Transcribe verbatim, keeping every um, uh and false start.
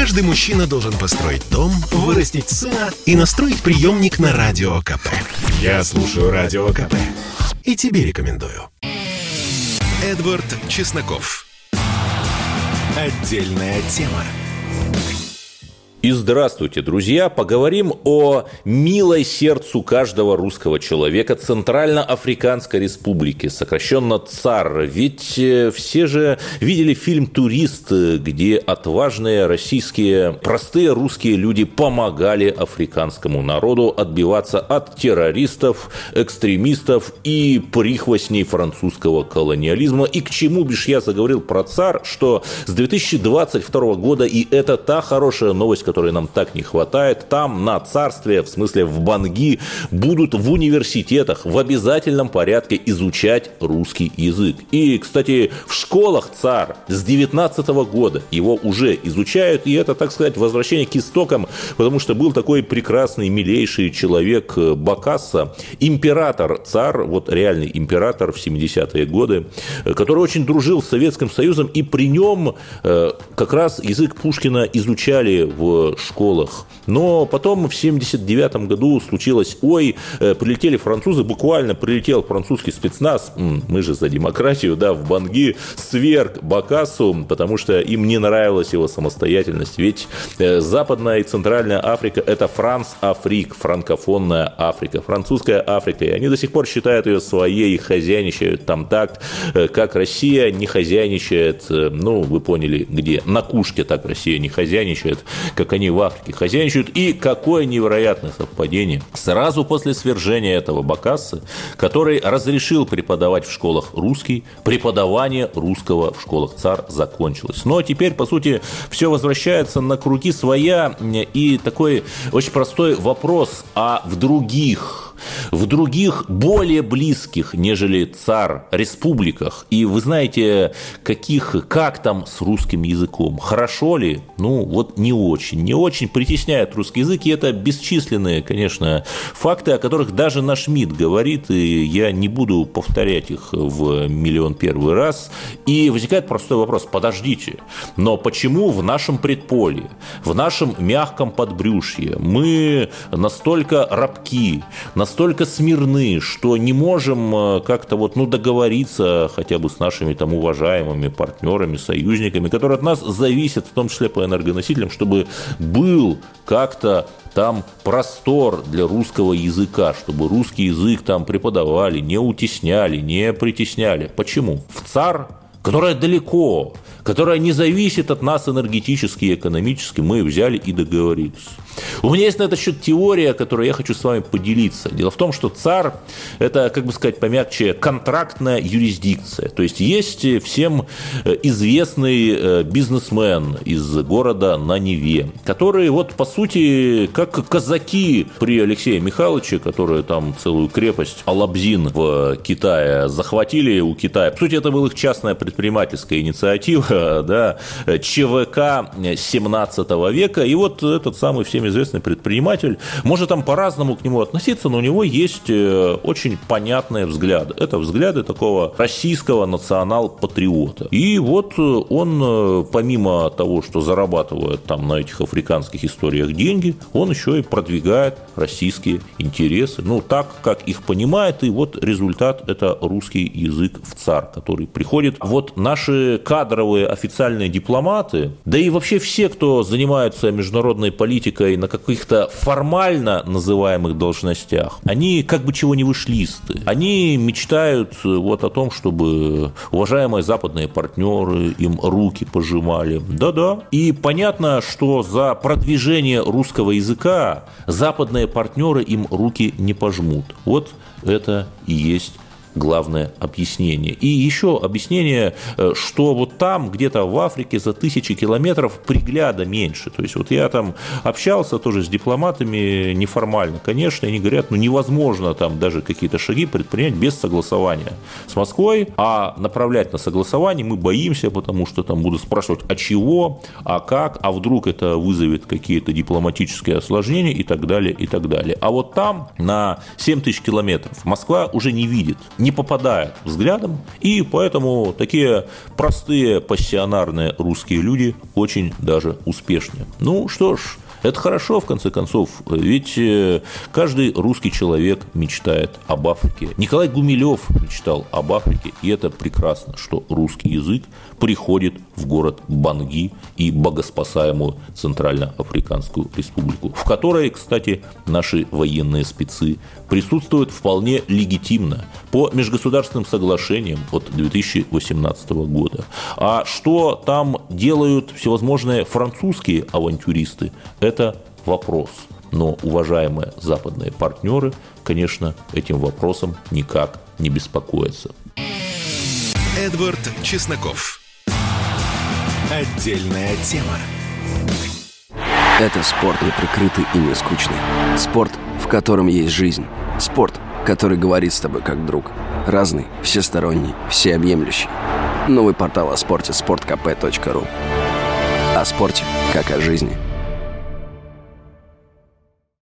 Каждый мужчина должен построить дом, вырастить сына и настроить приемник на Радио КП. Я слушаю Радио КП и тебе рекомендую. Эдвард Чесноков. Отдельная тема. И здравствуйте, друзья! Поговорим о милой сердцу каждого русского человека Центральноафриканской Республики, сокращенно ЦАР. Ведь все же видели фильм «Турист», где отважные российские, простые русские люди помогали африканскому народу отбиваться от террористов, экстремистов и прихвостней французского колониализма. И к чему бишь я заговорил про ЦАР, что с две тысячи двадцать второго года, и это та хорошая новость, которой нам так не хватает, там на царстве, в смысле в Банги, будут в университетах в обязательном порядке изучать русский язык. И, кстати, в школах ЦАР с девятнадцатого года его уже изучают, и это, так сказать, возвращение к истокам, потому что был такой прекрасный, милейший человек Бокассо, император ЦАР, вот реальный император в семидесятые годы, который очень дружил с Советским Союзом, и при нем как раз язык Пушкина изучали в школах. Но потом в семьдесят девятом году случилось, ой, прилетели французы, буквально прилетел французский спецназ, мы же за демократию, да, в Банги, сверг Бокассу, потому что им не нравилась его самостоятельность. Ведь Западная и Центральная Африка – это Франс-Африк, франкофонная Африка, французская Африка, и они до сих пор считают ее своей и хозяйничают там так, как Россия не хозяйничает, ну, вы поняли, где, на Кушке так Россия не хозяйничает, как они в Африке хозяйничают. И какое невероятное совпадение. Сразу после свержения этого Бокассы, который разрешил преподавать в школах русский, преподавание русского в школах ЦАР закончилось. Но теперь, по сути, все возвращается на круги своя. И такой очень простой вопрос: а в других в других, более близких, нежели ЦАР, республиках, и вы знаете, каких, как там с русским языком, хорошо ли? Ну, вот не очень, не очень притесняет русский язык, и это бесчисленные, конечно, факты, о которых даже наш МИД говорит, и я не буду повторять их в миллион первый раз, и возникает простой вопрос: подождите, но почему в нашем предполье, в нашем мягком подбрюшье мы настолько рабки, настолько настолько смирны, что не можем как-то вот, ну, договориться хотя бы с нашими там уважаемыми партнерами, союзниками, которые от нас зависят, в том числе по энергоносителям, чтобы был как-то там простор для русского языка, чтобы русский язык там преподавали, не утесняли, не притесняли. Почему? В ЦАР, которая далеко, которая не зависит от нас энергетически и экономически, мы взяли и договорились. У меня есть на этот счет теория, которой я хочу с вами поделиться. Дело в том, что ЦАР – это, как бы сказать помягче, контрактная юрисдикция. То есть, есть всем известный бизнесмен из города на Неве, который, вот, по сути, как казаки при Алексее Михайловиче, которые там целую крепость Алабзин в Китае захватили у Китая. По сути, это была их частная предпринимательская инициатива, да, ЧВК семнадцатого века. И вот этот самый всем известный предприниматель, может там по-разному к нему относиться, но у него есть очень понятные взгляды. Это взгляды такого российского национал-патриота. И вот он, помимо того, что зарабатывает там на этих африканских историях деньги, он еще и продвигает российские интересы. Ну, так, как их понимает, и вот результат – это русский язык в ЦАР, который приходит. Вот наши кадровые официальные дипломаты, да и вообще все, кто занимаются международной политикой на каких-то формально называемых должностях, они как бы чего не вышлисты. Они мечтают вот о том, чтобы уважаемые западные партнеры им руки пожимали. Да-да. И понятно, что за продвижение русского языка западные партнеры им руки не пожмут. Вот это и есть главное объяснение. И еще объяснение, что вот там, где-то в Африке, за тысячи километров пригляда меньше. То есть, вот я там общался тоже с дипломатами неформально, конечно, они говорят, ну, невозможно там даже какие-то шаги предпринять без согласования с Москвой, а направлять на согласование мы боимся, потому что там будут спрашивать, а чего, а как, а вдруг это вызовет какие-то дипломатические осложнения и так далее, и так далее. А вот там, на семь тысяч километров, Москва уже не видит не попадает взглядом, и поэтому такие простые пассионарные русские люди очень даже успешны. Ну что ж, это хорошо, в конце концов, ведь каждый русский человек мечтает об Африке. Николай Гумилев мечтал об Африке, и это прекрасно, что русский язык приходит в город Банги и богоспасаемую Центральноафриканскую Республику, в которой, кстати, наши военные спецы присутствуют вполне легитимно по межгосударственным соглашениям от две тысячи восемнадцатого года. А что там делают всевозможные французские авантюристы, это вопрос. Но уважаемые западные партнеры, конечно, этим вопросом никак не беспокоятся. Эдвард Чесноков. Отдельная тема. Это спорт неприкрытый и не скучный. Спорт, в котором есть жизнь. Спорт, который говорит с тобой как друг. Разный, всесторонний, всеобъемлющий. Новый портал о спорте – спорт кэ пэ точка ру. О спорте, как о жизни.